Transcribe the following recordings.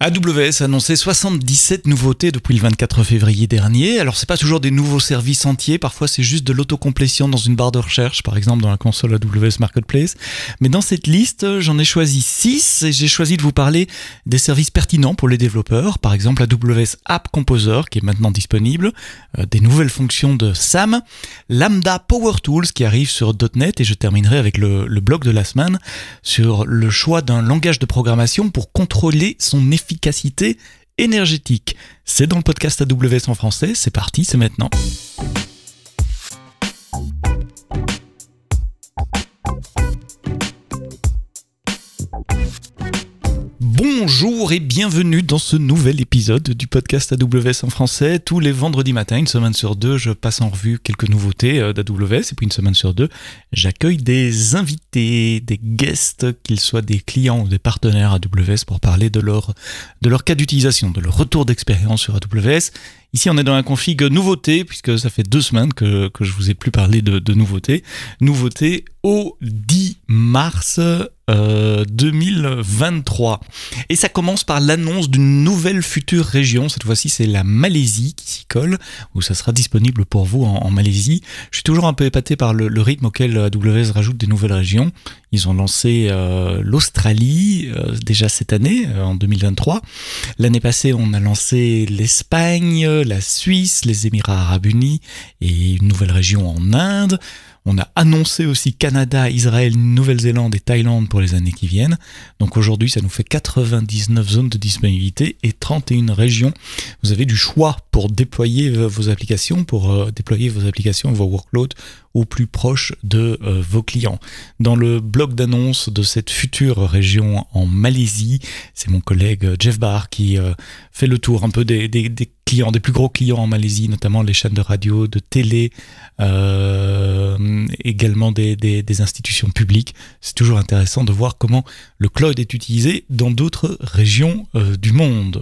AWS a annoncé 77 nouveautés depuis le 24 février dernier. Alors c'est pas toujours des nouveaux services entiers, parfois c'est juste de l'autocomplétion dans une barre de recherche, par exemple dans la console AWS Marketplace. Mais dans cette liste, j'en ai choisi 6 et j'ai choisi de vous parler des services pertinents pour les développeurs. Par exemple AWS App Composer qui est maintenant disponible, des nouvelles fonctions de SAM, Lambda Power Tools qui arrive sur .NET et je terminerai avec le blog de la semaine sur le choix d'un langage de programmation pour contrôler son efficacité énergétique. C'est dans le podcast AWS en français, c'est parti, c'est maintenant. Bonjour et bienvenue dans ce nouvel épisode du podcast AWS en français. Tous les vendredis matins, une semaine sur deux, je passe en revue quelques nouveautés d'AWS et puis une semaine sur deux, j'accueille des invités, des guests, qu'ils soient des clients ou des partenaires AWS pour parler de leur cas d'utilisation, de leur retour d'expérience sur AWS. Ici, on est dans la config nouveauté, puisque ça fait 2 semaines que je vous ai plus parlé de nouveautés. Nouveauté au 10 mars 2023. Et ça commence par l'annonce d'une nouvelle future région. Cette fois-ci, c'est la Malaisie qui s'y colle, où ça sera disponible pour vous en Malaisie. Je suis toujours un peu épaté par le rythme auquel AWS rajoute des nouvelles régions. Ils ont lancé l'Australie déjà cette année, en 2023. L'année passée, on a lancé l'Espagne, la Suisse, les Émirats Arabes Unis et une nouvelle région en Inde. On a annoncé aussi Canada, Israël, Nouvelle-Zélande et Thaïlande pour les années qui viennent. Donc aujourd'hui, ça nous fait 99 zones de disponibilité et 31 régions. Vous avez du choix pour déployer vos applications, vos workloads au plus proche de vos clients. Dans le blog d'annonce de cette future région en Malaisie, c'est mon collègue Jeff Barr qui fait le tour un peu des clients, des plus gros clients en Malaisie, notamment les chaînes de radio, de télé, également des institutions publiques. C'est toujours intéressant de voir comment le cloud est utilisé dans d'autres régions du monde.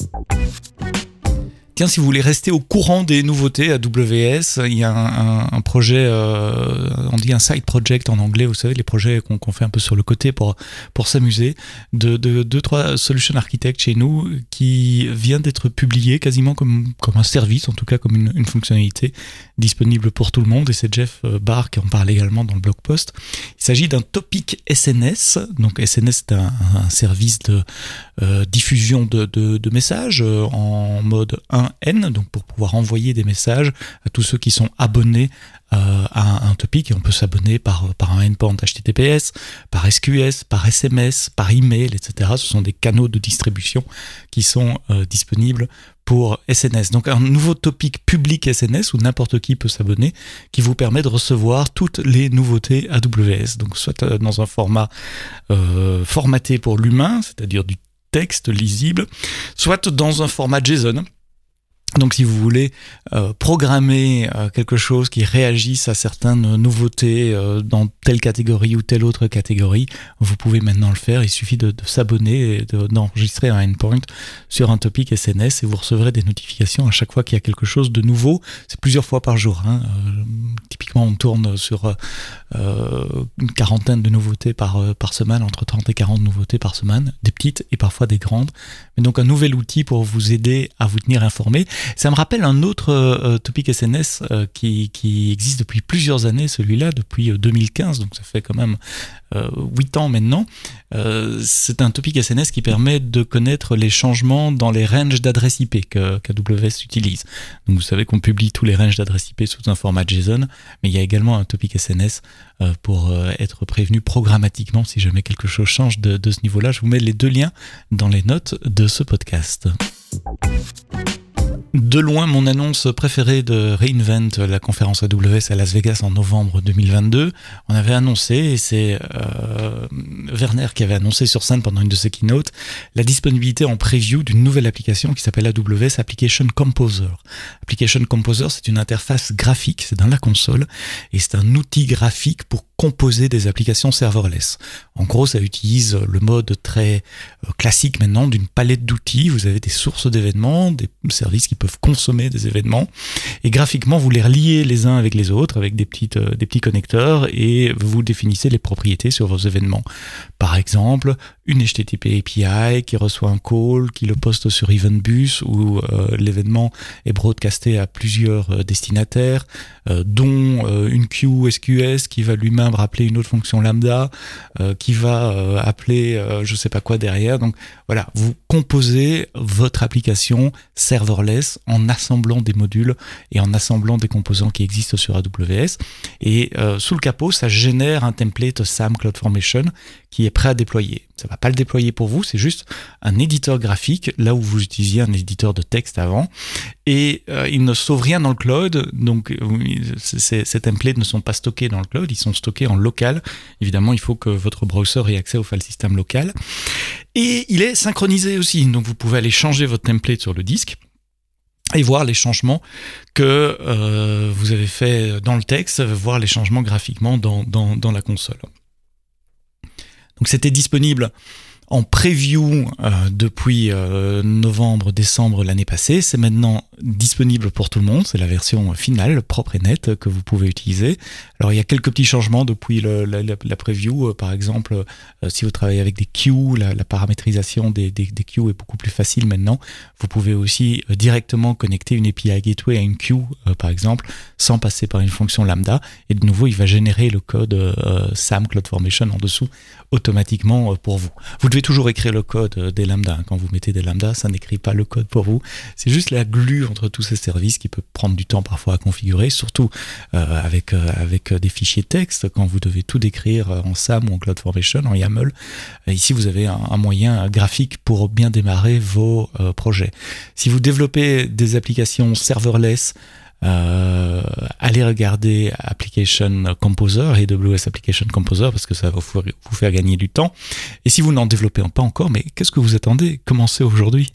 Tiens, si vous voulez rester au courant des nouveautés AWS, il y a un projet, on dit un side project en anglais, vous savez, les projets qu'on fait un peu sur le côté pour s'amuser, de 2-3 solution architects chez nous qui vient d'être publié quasiment comme un service, en tout cas comme une fonctionnalité disponible pour tout le monde, et c'est Jeff Barr qui en parle également dans le blog post. Il s'agit d'un topic SNS, donc SNS c'est un service de diffusion de messages en mode 1N, donc pour pouvoir envoyer des messages à tous ceux qui sont abonnés à un topic, et on peut s'abonner par un endpoint HTTPS, par SQS, par SMS, par email, etc. Ce sont des canaux de distribution qui sont disponibles pour SNS. Donc un nouveau topic public SNS où n'importe qui peut s'abonner, qui vous permet de recevoir toutes les nouveautés AWS. Donc soit dans un format formaté pour l'humain, c'est-à-dire du texte lisible, soit dans un format JSON. Donc si vous voulez programmer quelque chose qui réagisse à certaines nouveautés dans telle catégorie ou telle autre catégorie, vous pouvez maintenant le faire. Il suffit de s'abonner et d'enregistrer un endpoint sur un topic SNS et vous recevrez des notifications à chaque fois qu'il y a quelque chose de nouveau. C'est plusieurs fois par jour. Typiquement, on tourne sur une quarantaine de nouveautés par semaine, entre 30 et 40 nouveautés par semaine, des petites et parfois des grandes. Mais donc un nouvel outil pour vous aider à vous tenir informé. Ça me rappelle un autre topic SNS qui existe depuis plusieurs années, celui-là depuis 2015, donc ça fait quand même 8 ans maintenant. C'est un topic SNS qui permet de connaître les changements dans les ranges d'adresses IP qu'AWS utilise. Donc vous savez qu'on publie tous les ranges d'adresses IP sous un format JSON, mais il y a également un topic SNS pour être prévenu programmatiquement si jamais quelque chose change de ce niveau-là. Je vous mets les 2 liens dans les notes de ce podcast. De loin, mon annonce préférée de reInvent, la conférence AWS à Las Vegas en novembre 2022. On avait annoncé, et c'est Werner qui avait annoncé sur scène pendant une de ses keynotes, la disponibilité en preview d'une nouvelle application qui s'appelle AWS Application Composer. Application Composer, c'est une interface graphique, c'est dans la console, et c'est un outil graphique pour composer des applications serverless. En gros, ça utilise le mode très classique maintenant d'une palette d'outils. Vous avez des sources d'événements, des services qui peuvent consommer des événements, et graphiquement, vous les reliez les uns avec les autres avec des petits connecteurs, et vous définissez les propriétés sur vos événements. Par exemple, une HTTP API qui reçoit un call, qui le poste sur Eventbus, où l'événement est broadcasté à plusieurs destinataires, dont une queue SQS qui va lui-même rappeler une autre fonction lambda, qui va appeler je sais pas quoi derrière. Donc voilà, vous composez votre application serverless en assemblant des modules et en assemblant des composants qui existent sur AWS. Et sous le capot, ça génère un template SAM CloudFormation qui est prêt à déployer. Ça ne va pas le déployer pour vous, c'est juste un éditeur graphique, là où vous utilisiez un éditeur de texte avant. Et il ne sauve rien dans le cloud, donc ces templates ne sont pas stockés dans le cloud, ils sont stockés en local. Évidemment, il faut que votre browser ait accès au file system local. Et il est synchronisé aussi, donc vous pouvez aller changer votre template sur le disque et voir les changements que vous avez fait dans le texte, voir les changements graphiquement dans la console. Donc c'était disponible en preview depuis novembre-décembre l'année passée. C'est maintenant disponible pour tout le monde. C'est la version finale, propre et nette, que vous pouvez utiliser. Alors il y a quelques petits changements depuis la preview. Par exemple, si vous travaillez avec des queues, la paramétrisation des queues est beaucoup plus facile maintenant. Vous pouvez aussi directement connecter une API Gateway à une queue, par exemple, sans passer par une fonction lambda. Et de nouveau, il va générer le code SAM CloudFormation en dessous automatiquement pour vous. Vous devez toujours écrire le code des lambdas. Quand vous mettez des lambdas, ça n'écrit pas le code pour vous. C'est juste la glue entre tous ces services qui peut prendre du temps parfois à configurer, surtout avec des fichiers texte, quand vous devez tout décrire en SAM ou en CloudFormation, en YAML. Ici, vous avez un moyen graphique pour bien démarrer vos projets. Si vous développez des applications serverless, allez regarder Application Composer, AWS Application Composer, parce que ça va vous faire gagner du temps. Et si vous n'en développez pas encore, mais qu'est-ce que vous attendez? Commencez aujourd'hui.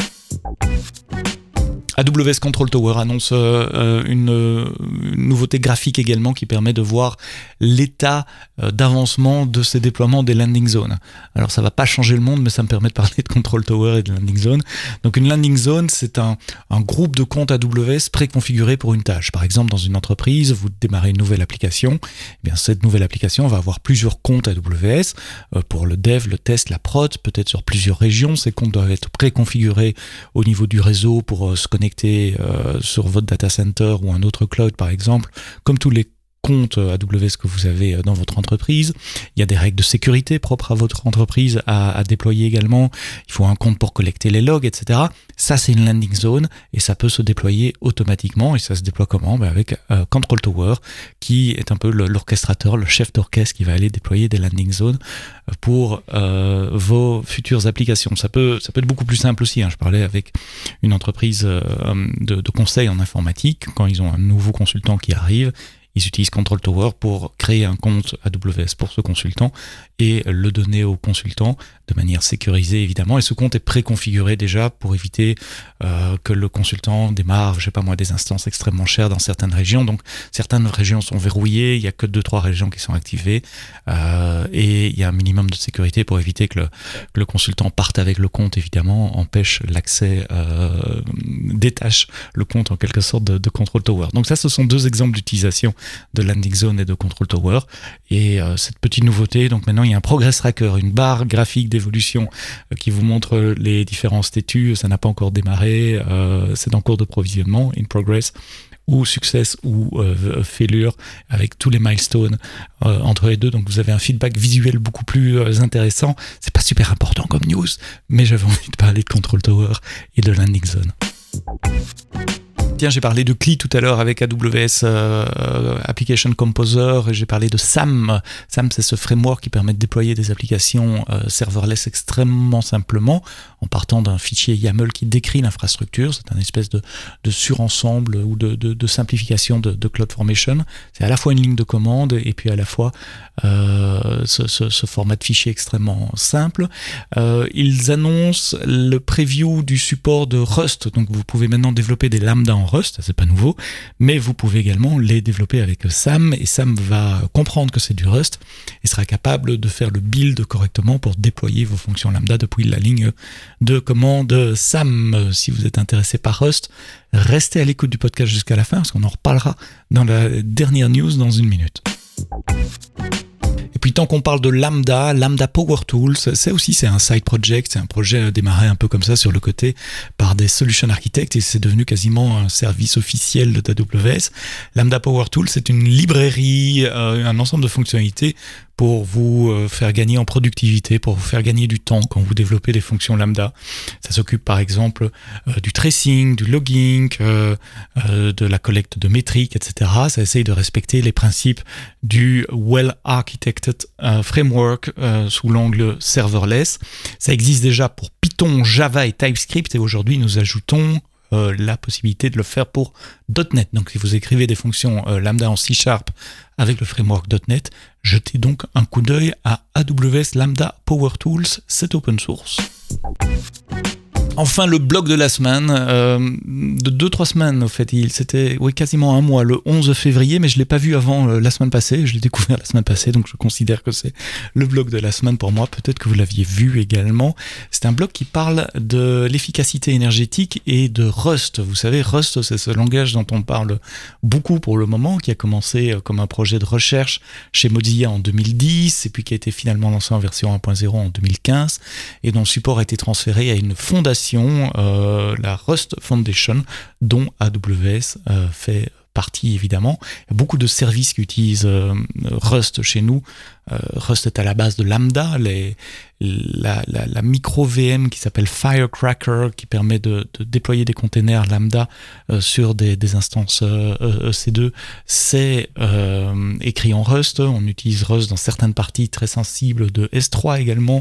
AWS Control Tower annonce une nouveauté graphique également qui permet de voir l'état d'avancement de ces déploiements des landing zones. Alors ça va pas changer le monde, mais ça me permet de parler de Control Tower et de landing zone. Donc une landing zone, c'est un groupe de comptes AWS préconfigurés pour une tâche. Par exemple, dans une entreprise, vous démarrez une nouvelle application. Eh bien, cette nouvelle application va avoir plusieurs comptes AWS pour le dev, le test, la prod, peut-être sur plusieurs régions. Ces comptes doivent être préconfigurés au niveau du réseau pour se connecter sur votre data center ou un autre cloud par exemple, comme tous les compte AWS que vous avez dans votre entreprise. Il y a des règles de sécurité propres à votre entreprise à déployer également. Il faut un compte pour collecter les logs, etc. Ça, c'est une landing zone et ça peut se déployer automatiquement. Et ça se déploie comment? Avec Control Tower, qui est un peu l'orchestrateur, le chef d'orchestre qui va aller déployer des landing zones pour vos futures applications. Ça peut être beaucoup plus simple aussi. Je parlais avec une entreprise de conseil en informatique. Quand ils ont un nouveau consultant qui arrive, ils utilisent Control Tower pour créer un compte AWS pour ce consultant et le donner au consultant de manière sécurisée évidemment. Et ce compte est préconfiguré déjà pour éviter que le consultant démarre, je sais pas moi, des instances extrêmement chères dans certaines régions. Donc certaines régions sont verrouillées, il y a que 2-3 régions qui sont activées et il y a un minimum de sécurité pour éviter que le consultant parte avec le compte évidemment, empêche l'accès, détache le compte en quelque sorte de Control Tower. Donc ça, ce sont deux exemples d'utilisation de landing zone et de Control Tower. Et cette petite nouveauté, donc maintenant il y a un progress tracker, une barre graphique d'évolution qui vous montre les différents statuts. Ça n'a pas encore démarré, c'est en cours de provisionnement, in progress, ou success ou failure, avec tous les milestones entre les deux. Donc vous avez un feedback visuel beaucoup plus intéressant. C'est pas super important comme news, mais j'avais envie de parler de Control Tower et de landing zone. Tiens, j'ai parlé de CLI tout à l'heure avec AWS Application Composer, et j'ai parlé de SAM. SAM, c'est ce framework qui permet de déployer des applications serverless extrêmement simplement, en partant d'un fichier YAML qui décrit l'infrastructure. C'est un espèce de surensemble ou de simplification de CloudFormation. C'est à la fois une ligne de commande et puis à la fois ce format de fichier extrêmement simple. Ils annoncent le preview du support de Rust, donc vous pouvez maintenant développer des lambda en Rust, c'est pas nouveau, mais vous pouvez également les développer avec SAM, et SAM va comprendre que c'est du Rust et sera capable de faire le build correctement pour déployer vos fonctions lambda depuis la ligne de commande SAM. Si vous êtes intéressé par Rust, restez à l'écoute du podcast jusqu'à la fin, parce qu'on en reparlera dans la dernière news dans une minute. Et puis tant qu'on parle de Lambda Power Tools, c'est un side project, c'est un projet démarré un peu comme ça sur le côté par des solution architects et c'est devenu quasiment un service officiel d'AWS. Lambda Power Tools, c'est une librairie, un ensemble de fonctionnalités pour vous faire gagner en productivité, pour vous faire gagner du temps quand vous développez des fonctions lambda. Ça s'occupe par exemple du tracing, du logging, de la collecte de métriques, etc. Ça essaye de respecter les principes du well-architected framework sous l'angle serverless. Ça existe déjà pour Python, Java et TypeScript et aujourd'hui nous ajoutons la possibilité de le faire pour .NET. Donc si vous écrivez des fonctions lambda en C# avec le framework .NET, jetez donc un coup d'œil à AWS Lambda Power Tools, c'est open source. Enfin, le blog de la semaine, de 2-3 semaines, au fait, c'était quasiment un mois, le 11 février, mais je ne l'ai pas vu avant la semaine passée, je l'ai découvert la semaine passée, donc je considère que c'est le blog de la semaine pour moi, peut-être que vous l'aviez vu également. C'est un blog qui parle de l'efficacité énergétique et de Rust. Vous savez, Rust, c'est ce langage dont on parle beaucoup pour le moment, qui a commencé comme un projet de recherche chez Mozilla en 2010, et puis qui a été finalement lancé en version 1.0 en 2015, et dont le support a été transféré à une fondation, la Rust Foundation, dont AWS fait partie évidemment. Il y a beaucoup de services qui utilisent Rust chez nous. Rust est à la base de Lambda, la micro-VM qui s'appelle Firecracker, qui permet de déployer des containers Lambda sur des instances EC2. C'est écrit en Rust. On utilise Rust dans certaines parties très sensibles de S3 également.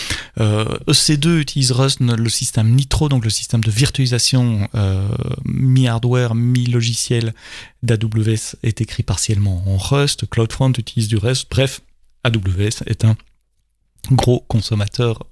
EC2 utilise Rust, le système Nitro, donc le système de virtualisation mi-hardware, mi-logiciel d'AWS est écrit partiellement en Rust. CloudFront utilise du Rust. Bref, AWS est un gros consommateur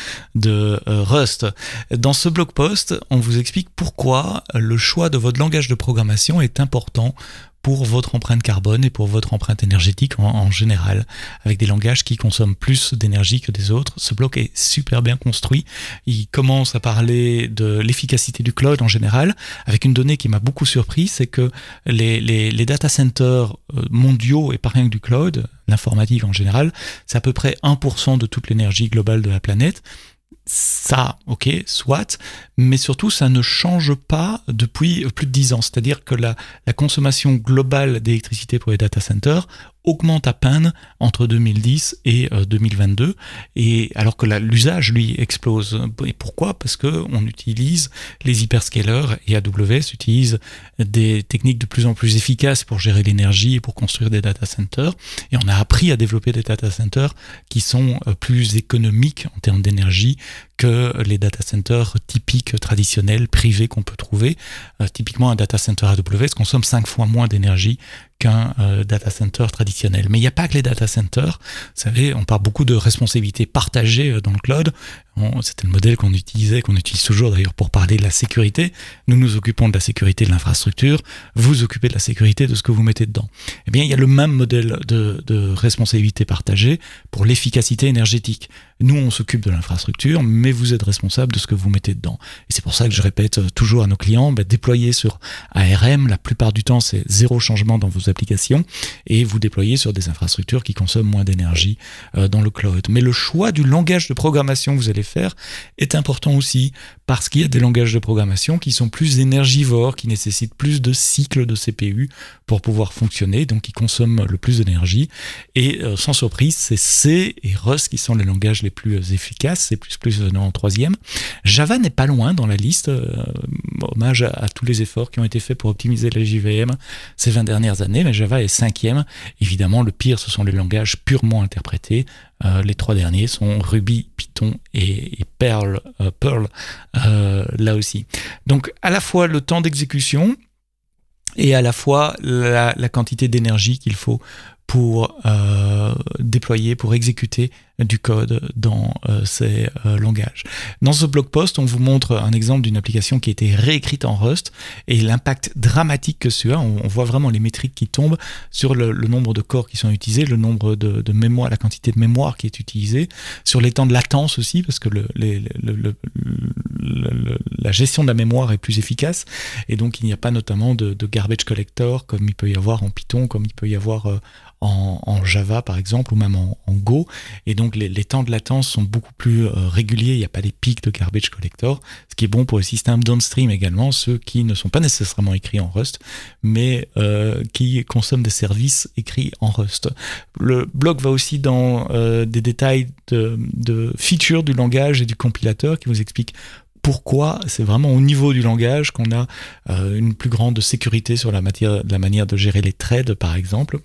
de Rust. Dans ce blog post, on vous explique pourquoi le choix de votre langage de programmation est important pour votre empreinte carbone et pour votre empreinte énergétique en général, avec des langages qui consomment plus d'énergie que des autres. Ce bloc est super bien construit. Il commence à parler de l'efficacité du cloud en général, avec une donnée qui m'a beaucoup surpris, c'est que les data centers mondiaux, et pas rien que du cloud, l'informatique en général, c'est à peu près 1% de toute l'énergie globale de la planète. Ça, ok, soit, mais surtout ça ne change pas depuis plus de 10 ans, c'est-à-dire que la consommation globale d'électricité pour les data centers augmente à peine entre 2010 et 2022, et alors que l'usage, lui, explose. Et pourquoi ? Parce qu'on utilise les hyperscalers, et AWS utilise des techniques de plus en plus efficaces pour gérer l'énergie et pour construire des data centers, et on a appris à développer des data centers qui sont plus économiques en termes d'énergie que les data centers typiques, traditionnels, privés qu'on peut trouver. Typiquement, un data center AWS consomme 5 fois moins d'énergie qu'un data center traditionnel. Mais il n'y a pas que les data centers. Vous savez, on parle beaucoup de responsabilité partagée dans le cloud. C'était le modèle qu'on utilisait, qu'on utilise toujours d'ailleurs pour parler de la sécurité. Nous nous occupons de la sécurité de l'infrastructure. Vous occupez de la sécurité de ce que vous mettez dedans. Eh bien, il y a le même modèle de responsabilité partagée pour l'efficacité énergétique. Nous, on s'occupe de l'infrastructure, mais vous êtes responsable de ce que vous mettez dedans. Et c'est pour ça que je répète toujours à nos clients, déployez sur ARM. La plupart du temps, c'est zéro changement dans vos applications et vous déployez sur des infrastructures qui consomment moins d'énergie dans le cloud. Mais le choix du langage de programmation que vous allez faire est important aussi parce qu'il y a des langages de programmation qui sont plus énergivores, qui nécessitent plus de cycles de CPU pour pouvoir fonctionner, donc qui consomment le plus d'énergie. Et sans surprise, c'est C et Rust qui sont les langages les plus efficaces. C++ venant en troisième. Java n'est pas loin dans la liste. hommage à tous les efforts qui ont été faits pour optimiser la JVM ces 20 dernières années, mais Java est 5e. Évidemment, le pire, ce sont les langages purement interprétés. Les 3 derniers sont Ruby, Python et Perl, là aussi. Donc, à la fois le temps d'exécution et à la fois la quantité d'énergie qu'il faut pour déployer, pour exécuter du code dans ces langages. Dans ce blog post, on vous montre un exemple d'une application qui a été réécrite en Rust et l'impact dramatique que cela a. On voit vraiment les métriques qui tombent sur le nombre de corps qui sont utilisés, le nombre de mémoire, la quantité de mémoire qui est utilisée, sur les temps de latence aussi, parce que la gestion de la mémoire est plus efficace et donc il n'y a pas notamment de garbage collector comme il peut y avoir en Python, comme il peut y avoir en Java par exemple, ou même en Go, et donc les temps de latence sont beaucoup plus réguliers, il n'y a pas des pics de garbage collector, ce qui est bon pour les systèmes downstream également, ceux qui ne sont pas nécessairement écrits en Rust, mais qui consomment des services écrits en Rust. Le blog va aussi dans des détails de features du langage et du compilateur qui vous expliquent pourquoi c'est vraiment au niveau du langage qu'on a une plus grande sécurité sur la manière de gérer les threads par exemple,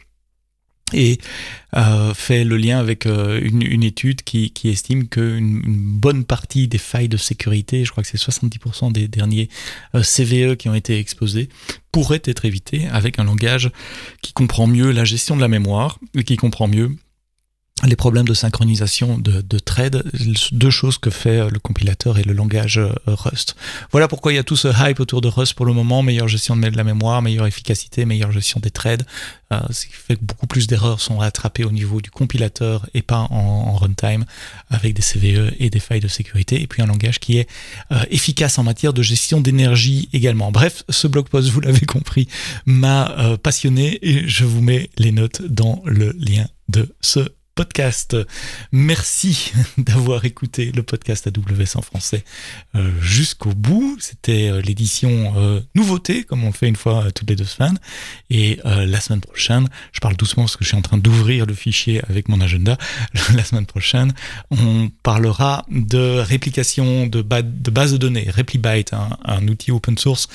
et fait le lien avec une étude qui estime qu'une bonne partie des failles de sécurité, je crois que c'est 70% des derniers CVE qui ont été exposés, pourraient être évitées avec un langage qui comprend mieux la gestion de la mémoire et qui comprend mieux les problèmes de synchronisation de threads, 2 choses que fait le compilateur et le langage Rust. Voilà pourquoi il y a tout ce hype autour de Rust pour le moment, meilleure gestion de la mémoire, meilleure efficacité, meilleure gestion des threads, ce qui fait que beaucoup plus d'erreurs sont rattrapées au niveau du compilateur et pas en runtime, avec des CVE et des failles de sécurité, et puis un langage qui est efficace en matière de gestion d'énergie également. Bref, ce blog post, vous l'avez compris, m'a passionné et je vous mets les notes dans le lien de ce podcast. Merci d'avoir écouté le podcast AWS en français jusqu'au bout. C'était l'édition nouveauté, comme on le fait une fois toutes les 2 semaines. Et la semaine prochaine, je parle doucement parce que je suis en train d'ouvrir le fichier avec mon agenda. La semaine prochaine, on parlera de réplication de base de données, Replibyte, un outil open source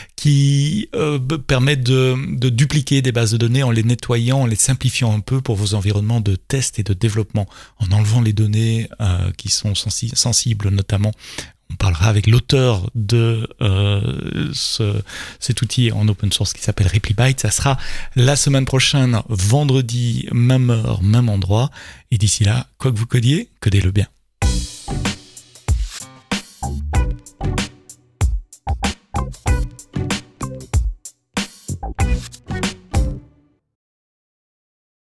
qui permet de dupliquer des bases de données en les nettoyant, en les simplifiant un peu pour vos environnements de test et de développement, en enlevant les données qui sont sensibles notamment. On parlera avec l'auteur de cet outil en open source qui s'appelle Replibyte. Ça sera la semaine prochaine, vendredi, même heure, même endroit. Et d'ici là, quoi que vous codiez, codez-le bien.